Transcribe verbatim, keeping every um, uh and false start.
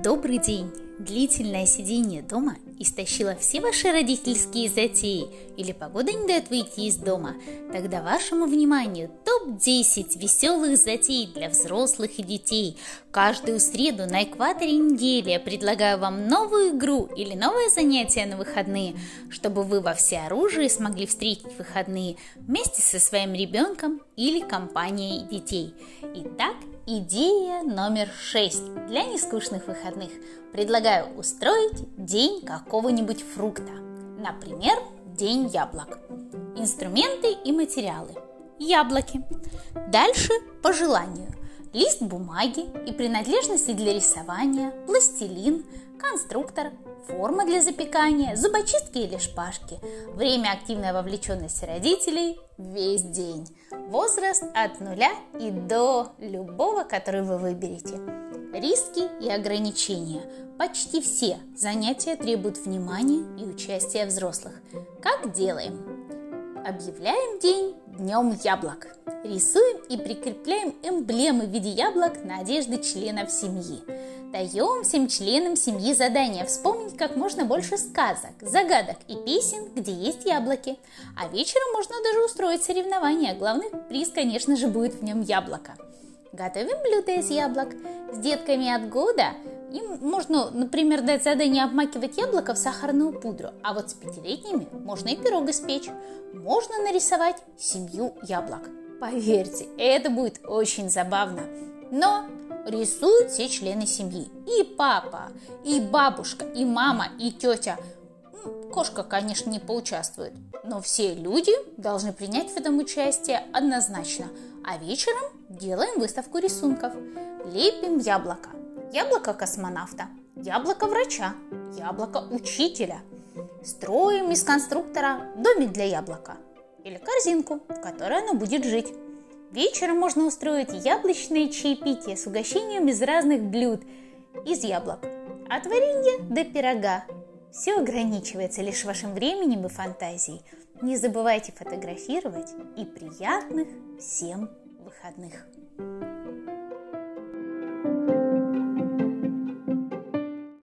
Добрый день! Длительное сидение дома истощило все ваши родительские затеи или погода не дает выйти из дома? Тогда вашему вниманию топ десять веселых затей для взрослых и детей. Каждую среду на экваторе недели я предлагаю вам новую игру или новое занятие на выходные, чтобы вы во всеоружии смогли встретить выходные вместе со своим ребенком или компанией детей. Итак, идея номер шесть для нескучных выходных. Предлагаю устроить день какого-нибудь фрукта. Например, день яблок. Инструменты и материалы. Яблоки. Дальше по желанию. Лист бумаги и принадлежности для рисования, пластилин, конструктор, форма для запекания, зубочистки или шпажки. Время активной вовлеченности родителей – весь день. Возраст от нуля и до любого, который вы выберете. Риски и ограничения. Почти все занятия требуют внимания и участия взрослых. Как делаем? Объявляем день днем яблок. Рисуем и прикрепляем эмблемы в виде яблок на одежды членов семьи. Даем всем членам семьи задание вспомнить как можно больше сказок, загадок и песен, где есть яблоки. А вечером можно даже устроить соревнования. Главный приз, конечно же, будет в нем яблоко. Готовим блюдо из яблок. С детками от года им можно, например, дать задание обмакивать яблоко в сахарную пудру, а вот с пятилетними можно и пирог испечь. Можно нарисовать семью яблок. Поверьте, это будет очень забавно. Но рисуют все члены семьи. И папа, и бабушка, и мама, и тетя. Кошка, конечно, не поучаствует, но все люди должны принять в этом участие однозначно. А вечером делаем выставку рисунков. Лепим яблоко. Яблоко космонавта, яблоко врача, яблоко учителя. Строим из конструктора домик для яблока или корзинку, в которой оно будет жить. Вечером можно устроить яблочное чаепитие с угощением из разных блюд из яблок. От варенья до пирога. Все ограничивается лишь вашим временем и фантазией. Не забывайте фотографировать и приятных всем выходных!